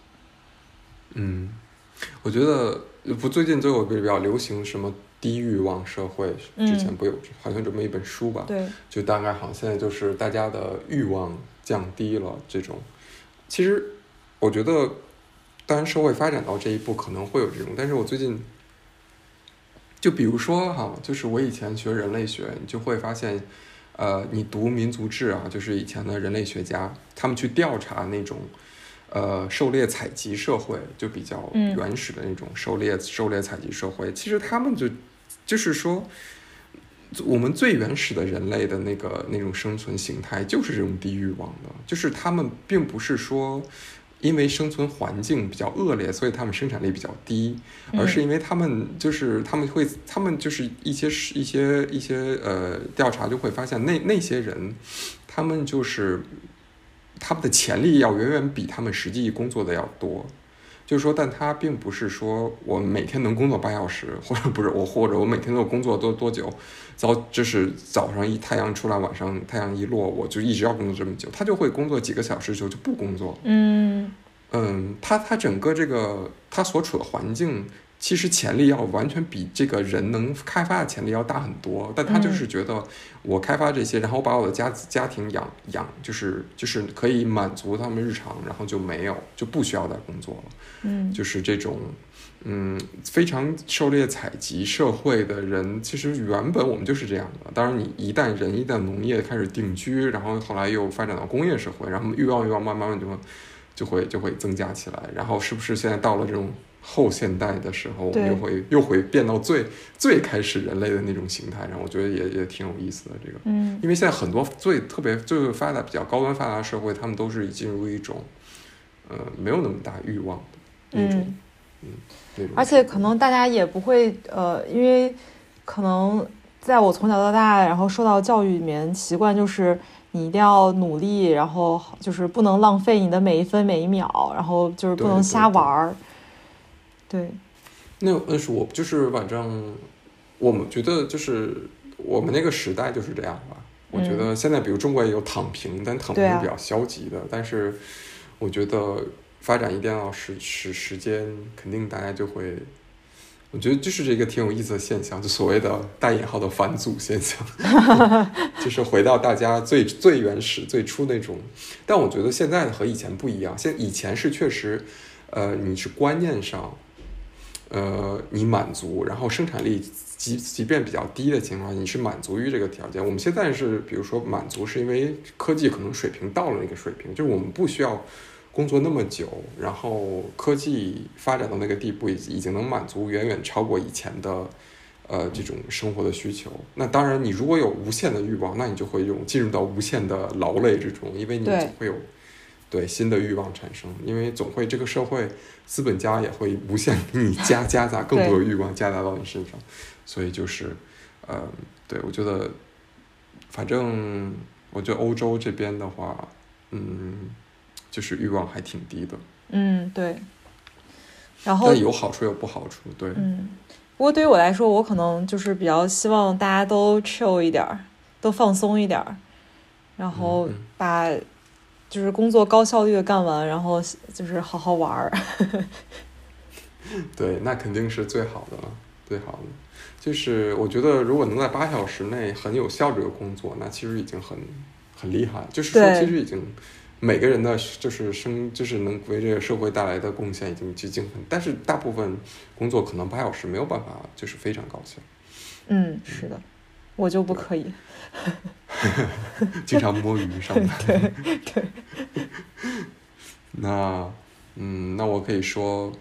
我觉得最近就有比较流行什么低欲望社会，之前不有好像这么一本书吧？ 对， 就大概好像现在就是大家的欲望降低了这种。其实我觉得，当然社会发展到这一步可能会有这种，但是我最近就比如说哈，就是我以前学人类学，你就会发现，你读民族志啊，就是以前的人类学家，他们去调查那种。狩猎采集社会，就比较原始的那种狩猎采集社会，其实他们就是说，我们最原始的人类的那种生存形态就是这种低欲望的，就是他们并不是说因为生存环境比较恶劣，所以他们生产力比较低，而是因为他们就是一些调查就会发现那些人，他们就是他们的潜力要远远比他们实际工作的要多。就是说，但他并不是说我每天能工作8小时，或者我每天都工作多久，就是早上太阳出来，晚上太阳一落，我就一直要工作这么久，他就会工作几个小时之后就不工作。他整个这个他所处的环境，其实潜力要完全比这个人能开发的潜力要大很多，但他就是觉得我开发这些，然后我把我的家庭养就是可以满足他们日常，然后就不需要再工作了。就是这种非常狩猎采集社会的人，其实原本我们就是这样的。当然你一旦农业开始定居，然后后来又发展到工业社会，然后欲望慢慢就会增加起来。然后是不是现在到了这种后现代的时候，我们又会变到最开始人类的那种形态，然后我觉得也挺有意思的这个。因为现在很多特别最发达比较高端发达社会，他们都是进入一种没有那么大欲望的那种而且可能大家也不会因为可能在我从小到大然后受到教育里面习惯就是你一定要努力，然后就是不能浪费你的每一分每一秒，然后就是不能瞎玩。对， 那是我就是反正我们觉得就是我们那个时代就是这样吧。我觉得现在比如中国也有躺平，但躺平是比较消极的，但是我觉得发展一定要时间，肯定大家就会，我觉得就是这个挺有意思的现象，就所谓的带引号的返祖现象，就是回到大家最原始最初那种。但我觉得现在和以前不一样，以前是确实你是观念上你满足，然后生产力即便比较低的情况，你是满足于这个条件。我们现在是比如说满足是因为科技可能水平到了那个水平，就是我们不需要工作那么久，然后科技发展到那个地步，已经能满足远远超过以前的这种生活的需求。那当然你如果有无限的欲望，那你就会进入到无限的劳累之中，因为你总会有对新的欲望产生，因为总会这个社会资本家也会无限给你夹杂更多的欲望夹杂到你身上，所以就是对，我觉得反正我觉得欧洲这边的话就是欲望还挺低的。 对，然后但有好处有不好处。对， 不过对于我来说，我可能就是比较希望大家都 chill 一点，都放松一点，然后把就是工作高效率的干完，然后就是好好玩。 对，那肯定是最好的了。 最好的。就是我觉得如果能在8小时内很有效这个工作，那其实已经很厉害，就是说其实已经每个人的就是能为这个社会带来的贡献已经很，但是大部分工作可能8小时没有办法就是非常高效。 是的，我就不可以。 经常摸鱼上班。 对。 那我可以说，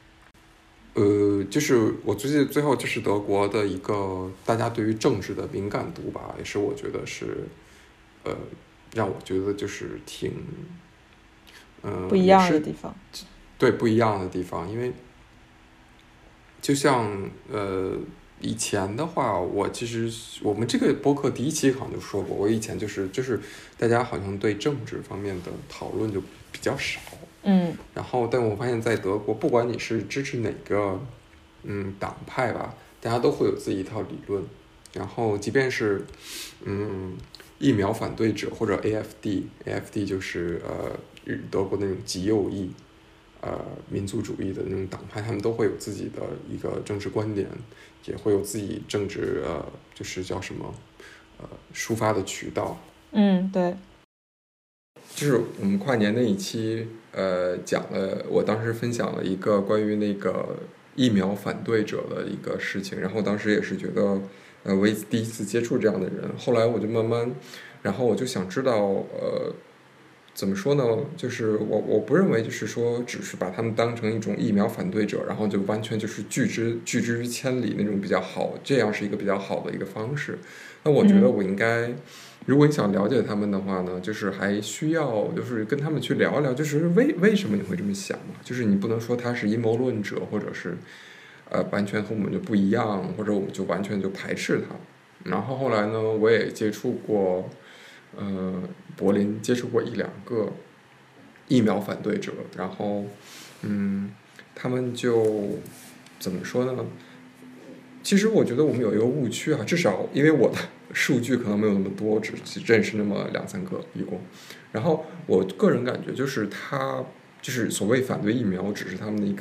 就是我最后就是德国的一个大家对于政治的敏感度吧，也是我觉得是，让我觉得就是挺， 不一样的地方。 对，不一样的地方，因为就像以前的话，其实我们这个播客第1期好像就说过，我以前就是大家好像对政治方面的讨论就比较少。然后但我发现在德国，不管你是支持哪个党派吧，大家都会有自己一套理论。然后即便是疫苗反对者或者 AFD 就是德国那种极右翼民族主义的那种党派，他们都会有自己的一个政治观点，也会有自己政治就是叫什么抒发的渠道。 对。 就是我们跨年那一期讲了，我当时分享了一个关于那个疫苗反对者的一个事情，然后当时也是觉得我第一次接触这样的人，后来我就慢慢，然后我就想知道怎么说呢，就是我不认为就是说只是把他们当成一种疫苗反对者，然后就完全就是拒之于千里那种比较好，这样是一个比较好的一个方式。那我觉得我应该如果你想了解他们的话呢，就是还需要就是跟他们去聊一聊，就是为什么你会这么想嘛？就是你不能说他是阴谋论者，或者是完全和我们就不一样，或者我们就完全就排斥他。然后后来呢，我也接触过柏林接触过1-2个疫苗反对者，然后他们就怎么说呢？其实我觉得我们有一个误区啊，至少因为我的数据可能没有那么多，只认识那么2-3个一共。然后我个人感觉就是他就是所谓反对疫苗，只是他们的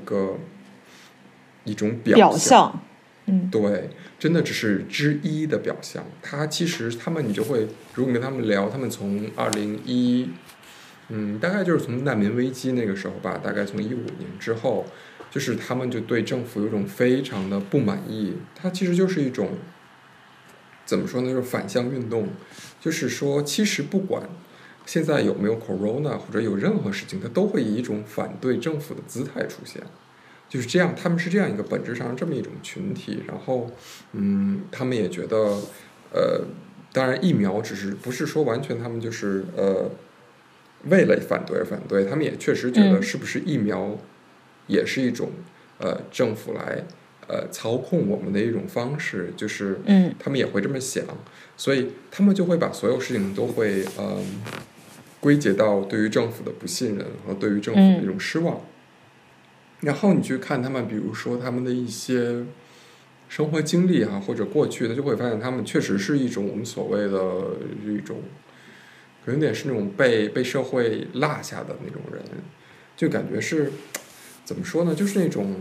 一种表象。对，真的只是之一的表象。其实你就会，如果你跟他们聊，他们从2011，大概就是从难民危机那个时候吧，大概从15年之后，就是他们就对政府有种非常的不满意。它其实就是一种怎么说呢，就是反向运动。就是说，其实不管现在有没有 corona 或者有任何事情，它都会以一种反对政府的姿态出现。就是这样，他们是这样一个本质上这么一种群体。然后他们也觉得当然疫苗不是说完全他们就是为了反对而反对，他们也确实觉得是不是疫苗也是一种政府来操控我们的一种方式，就是他们也会这么想，所以他们就会把所有事情都会归结到对于政府的不信任和对于政府的一种失望。然后你去看他们，比如说他们的一些生活经历或者过去的，就会发现他们确实是一种我们所谓的一种有点是那种被社会落下的那种人，就感觉是怎么说呢，就是那种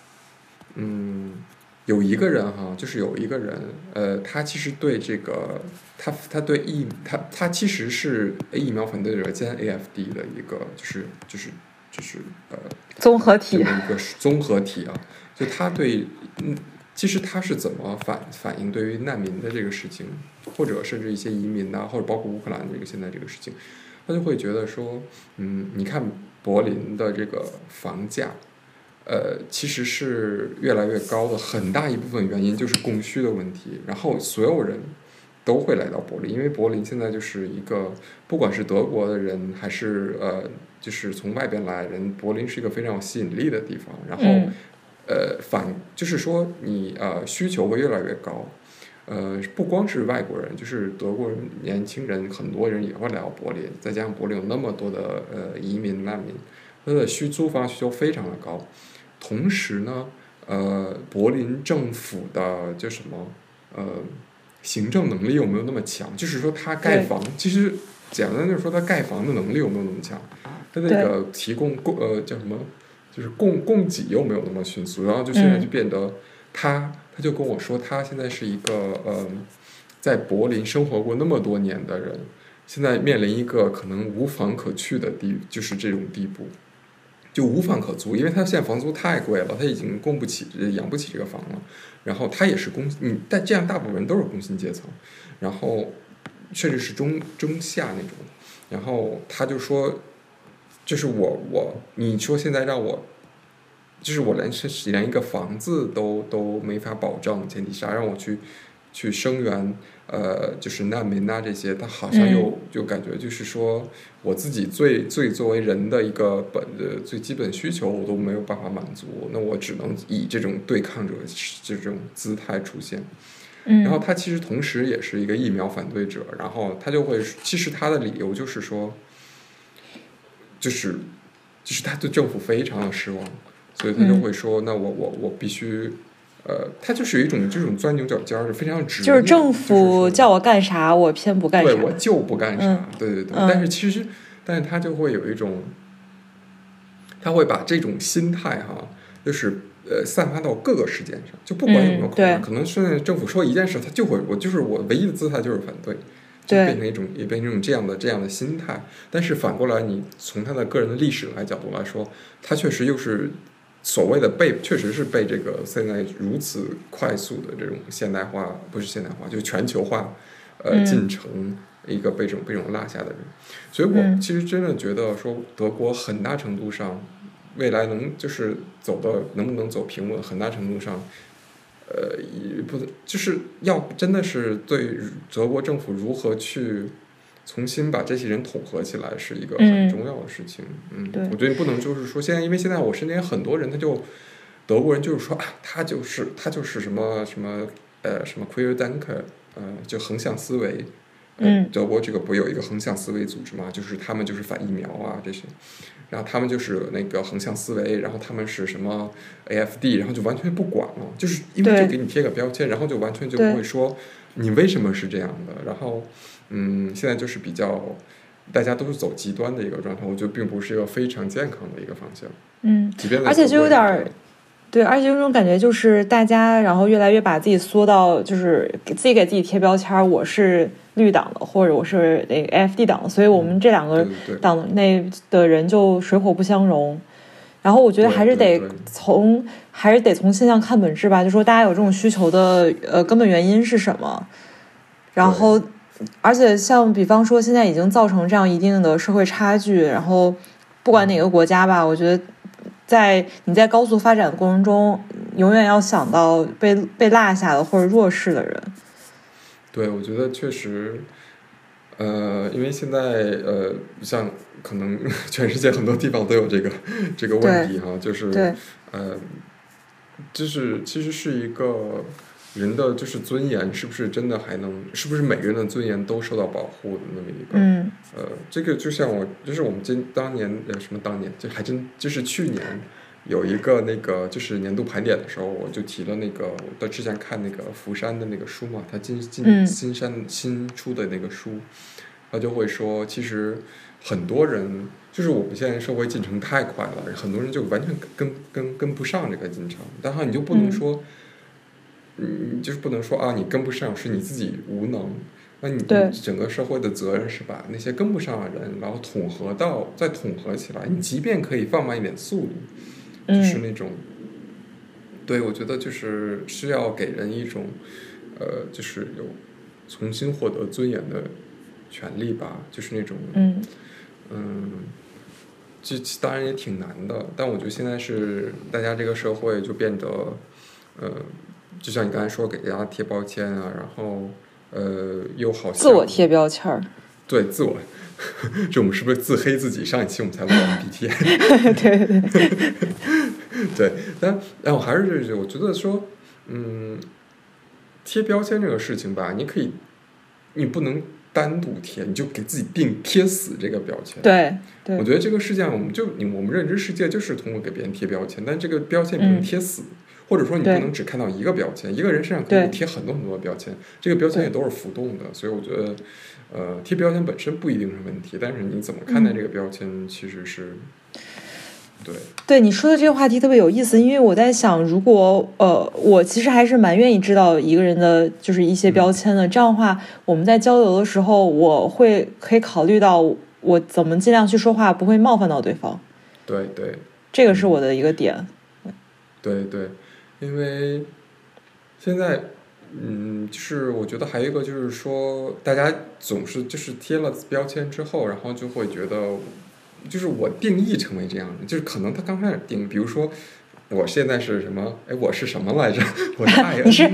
有一个人就是有一个人他其实对这个他对他其实是疫苗反对者兼 AFD 的一个就是综合体， 一个综合体就他对其实他是怎么反应对于难民的这个事情，或者甚至一些移民或者包括乌克兰现在这个事情，他就会觉得说你看柏林的这个房价其实是越来越高的，很大一部分原因就是供需的问题。然后所有人都会来到柏林，因为柏林现在就是一个不管是德国的人还是就是从外边来人，柏林是一个非常有吸引力的地方。然后就是说你需求会越来越高，不光是外国人，就是德国人年轻人很多人也会来到柏林，再加上柏林有那么多的移民难民，它的租房需求非常的高。同时呢柏林政府的就什么行政能力有没有那么强，就是说它盖房其实简单就是说它盖房的能力有没有那么强，它那个提供叫什么就是供给又没有那么迅速，然后就现在就变得他就跟我说，他现在是一个在柏林生活过那么多年的人，现在面临一个可能无房可去的就是这种地步，就无房可租，因为他现在房租太贵了，他已经养不起这个房了。然后他也是但这样大部分人都是工薪阶层，然后甚至是中下那种。然后他就说，就是你说现在让我，就是我连一个房子都没法保证前提下，让我去声援就是难民啊这些，他好像就感觉就是说我自己最作为人的一个最基本需求我都没有办法满足，那我只能以这种对抗者这种姿态出现。然后他其实同时也是一个疫苗反对者，然后他就会，其实他的理由就是说，就是他对政府非常的失望，所以他就会说，那我必须。他就是有一种这种钻牛角尖儿，非常直， 就是政府叫我干啥，我偏不干啥， 对，我就不干啥，对。但是他就会有一种，他会把这种心态就是散发到各个事件上，就不管有没有可能现在政府说一件事，他就会我唯一的姿态就是反对，就变成一种这样的心态。但是反过来，你从他的个人的历史角度来说，他确实又是。所谓的确实是被这个现在如此快速的这种不是现代化，就是全球化进程一个被这种落下的人。所以我其实真的觉得说，德国很大程度上未来就是能不能走平稳，很大程度上不就是要真的是对德国政府如何去重新把这些人统合起来是一个很重要的事情。我觉得你不能就是说因为现在我身边很多人，德国人就是说他就是什么 Querdenker， 就横向思维。德国这个不有一个横向思维组织嘛，就是他们就是反疫苗啊这些，然后他们就是那个横向思维，然后他们是什么 AFD， 然后就完全不管了，就是因为就给你贴个标签，然后就完全就不会说你为什么是这样的。然后现在就是比较大家都是走极端的一个状态，我觉得并不是一个非常健康的一个方向。 而且就有点对，而且有种感觉就是大家然后越来越把自己缩到就是给自己贴标签，我是绿党的或者我是那个 AFD 党的，所以我们这两个党内的人就水火不相容。然后我觉得还是得从现象看本质吧，就说大家有这种需求的根本原因是什么。然后而且像比方说现在已经造成这样一定的社会差距，然后不管哪个国家吧，我觉得你在高速发展的过程中永远要想到被落下的或者弱势的人。 对，我觉得确实因为现在像可能全世界很多地方都有这个问题就是就是其实是一个人的就是尊严是不是真的是不是每个人的尊严都受到保护的那么一个这个就像就是我们当年就还真就是去年有一个那个就是年度盘点的时候，我就提了那个我之前看那个福山的那个书嘛，他新出的那个书，他就会说其实很多人就是我们现在社会进程太快了，很多人就完全跟不上这个进程，然后你就不能说就是不能说你跟不上是你自己无能，那你整个社会的责任是把那些跟不上的人然后再统合起来，你即便可以放慢一点速度，就是那种对，我觉得就是需要给人一种就是有重新获得尊严的权利吧，就是那种这当然也挺难的，但我觉得现在是大家这个社会就变得就像你刚才说给大家贴标签啊，然后又好像自我贴标签。 对，自我这我们是不是自黑自己？上一期我们才录 MBTI 对，但我还是我觉得说贴标签这个事情吧，你不能单独贴，你就给自己贴死这个标签。 对， 我觉得这个世界上我们认知世界就是通过给别人贴标签，但这个标签不能贴死，或者说你不能只看到一个标签，一个人身上可以贴很多很多的标签，这个标签也都是浮动的，所以我觉得贴标签本身不一定是问题，但是你怎么看待这个标签其实是对你说的这个话题特别有意思，因为我在想，如果我其实还是蛮愿意知道一个人的就是一些标签的，这样的话，我们在交流的时候，我可以考虑到我怎么尽量去说话，不会冒犯到对方。 对对， 这个是我的一个点。 对对，因为现在就是我觉得还有一个就是说，大家总是就是贴了标签之后，然后就会觉得，就是我定义成为这样的，就是可能他刚开始定，比如说我现在是什么？哎，我是什么来着？我是你是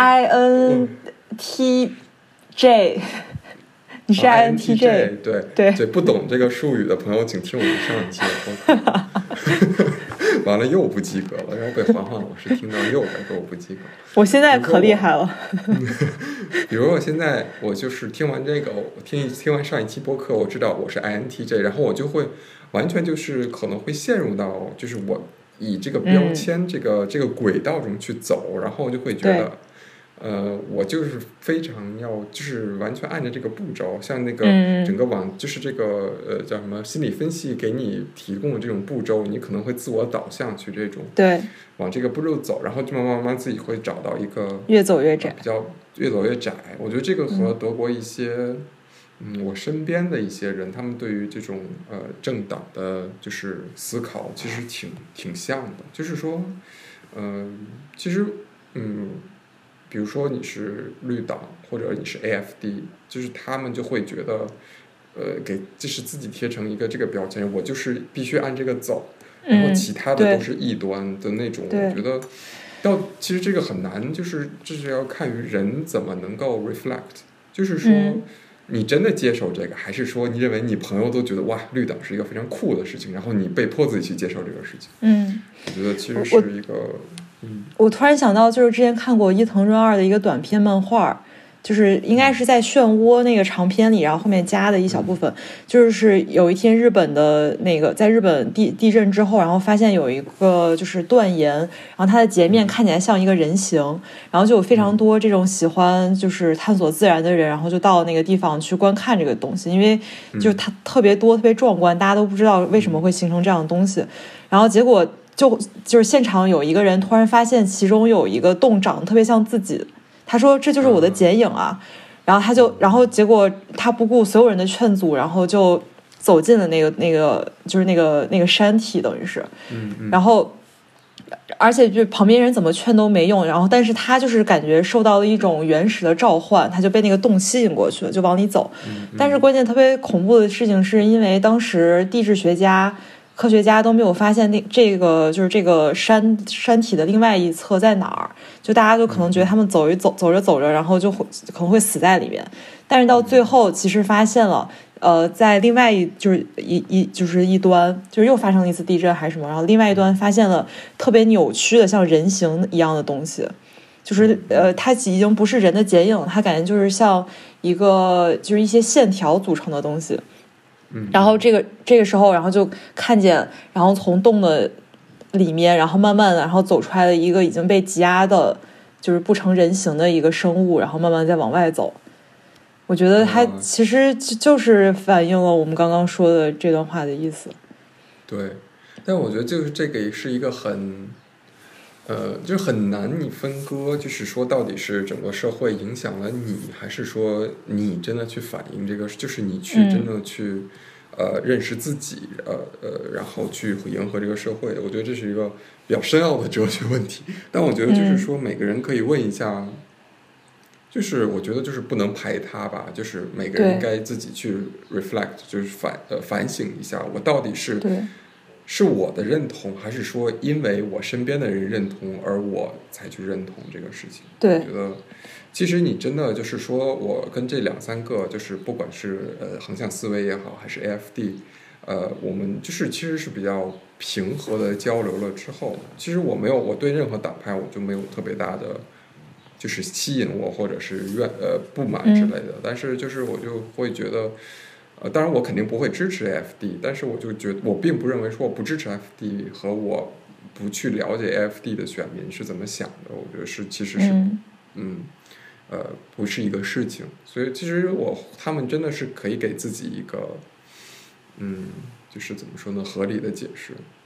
INTJ，你是 INTJ， 对， 不懂这个术语的朋友，请听我们上一期的播客。完了又不及格了，然后被黄黄老师听到又该给我不及格。 我现在可厉害了。 比如我现在我就是听完这个，我听完上一期播客，我知道我是 INTJ， 然后我就会完全就是可能会陷入到就是我以这个标签、这个轨道中去走，然后就会觉得。我就是非常要，就是完全按照这个步骤，像那个整个就是这个叫什么心理分析给你提供的这种步骤，你可能会自我导向去这种对往这个步骤走，然后就慢慢自己会找到一个越走越窄， 比较越走越窄。我觉得这个和德国一些我身边的一些人，他们对于这种政党的就是思考，其实挺像的，就是说其实比如说你是绿党或者你是 AFD， 就是他们就会觉得，就是自己贴成一个这个标签，我就是必须按这个走，然后其他的都是异端的那种。我觉得，其实这个很难，就是这是要看于人怎么能够 reflect， 就是说你真的接受这个，还是说你认为你朋友都觉得哇绿党是一个非常酷的事情，然后你被迫自己去接受这个事情。我觉得其实是一个。 我突然想到，就是之前看过伊藤润二的一个短篇漫画，就是应该是在漩涡那个长篇里，然后后面加的一小部分，就是有一天日本的那个在日本地震之后，然后发现有一个就是断岩，然后它的截面看起来像一个人形，然后就有非常多这种喜欢就是探索自然的人，然后就到那个地方去观看这个东西，因为就是它特别多特别壮观，大家都不知道为什么会形成这样的东西，然后结果就是现场有一个人突然发现其中有一个洞长得特别像自己，他说这就是我的剪影啊，然后结果他不顾所有人的劝阻，然后就走进了那个就是那个山体，等于是，然后而且就旁边人怎么劝都没用，然后但是他就是感觉受到了一种原始的召唤，他就被那个洞吸引过去了，就往里走。但是关键特别恐怖的事情是因为当时地质学家科学家都没有发现这个就是这个山体的另外一侧在哪儿，就大家就可能觉得他们走着，然后就可能会死在里面。但是到最后其实发现了，在另外就是一端，就是又发生了一次地震还是什么，然后另外一端发现了特别扭曲的像人形一样的东西，就是它已经不是人的剪影，它感觉就是像一个就是一些线条组成的东西。然后这个时候，然后就看见，然后从洞的里面，然后慢慢的，然后走出来了一个已经被挤压的，就是不成人形的一个生物，然后慢慢再往外走。我觉得它其实就是反映了我们刚刚说的这段话的意思。 对，但我觉得就是这个也是一个很。就是很难你分割，就是说到底是整个社会影响了你，还是说你真的去反映这个，就是你去真的去认识自己，然后去迎合这个社会。我觉得这是一个比较深奥的哲学问题。但我觉得就是说每个人可以问一下，就是我觉得就是不能排他吧，就是每个人应该自己去 reflect， 就是反省一下，我到底是我的认同，还是说因为我身边的人认同而我才去认同这个事情？ 对， 我觉得其实你真的就是说我跟这2-3个就是不管是横向思维也好，还是 AFD，我们就是其实是比较平和的交流了之后，其实我对任何党派我就没有特别大的就是吸引我或者是不满之类的，但是就是我就会觉得。当然我肯定不会支持 AFD， 但是我就觉得我并不认为说我不支持 AFD 和我不去了解 AFD 的选民是怎么想的，我觉得其实是不是一个事情。所以其实他们真的是可以给自己一个就是怎么说呢，合理的解释。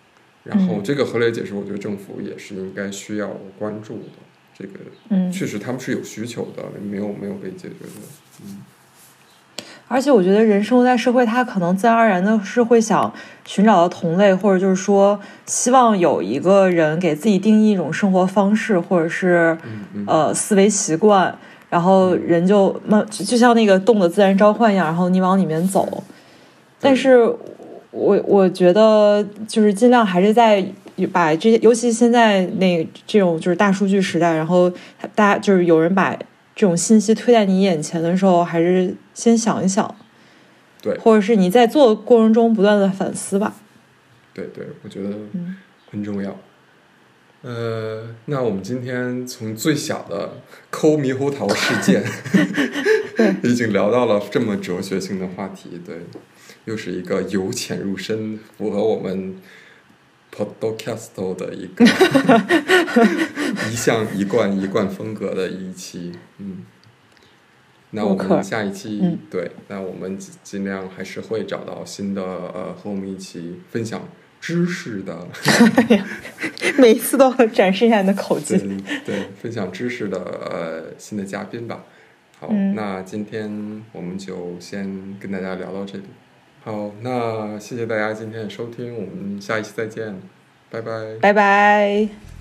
然后这个合理解释，我觉得政府也是应该需要关注的。这个确实他们是有需求的，没有被解决的。 而且我觉得人生活在社会，他可能自然而然的是会想寻找到同类，或者就是说希望有一个人给自己定义一种生活方式，或者是思维习惯，然后人就像那个动的自然召唤一样，然后你往里面走。但是我觉得就是尽量还是在把这些，尤其现在这种就是大数据时代，然后大家就是有人把这种信息推在你眼前的时候，还是先想一想， 对， 或者是你在做的过程中不断的反思吧。 对，我觉得很重要。那我们今天从最小的抠猕猴桃事件已经聊到了这么哲学性的话题，对，又是一个由浅入深，符合我们 podcast 的一个一向一贯风格的一期。那我们下一期对，那我们尽量还是会找到新的和我们一起分享知识的每一次都要展示一下你的口技。 对，分享知识的新的嘉宾吧。好，那今天我们就先跟大家聊到这里。好，那谢谢大家今天的收听，我们下一期再见，拜拜。 拜拜。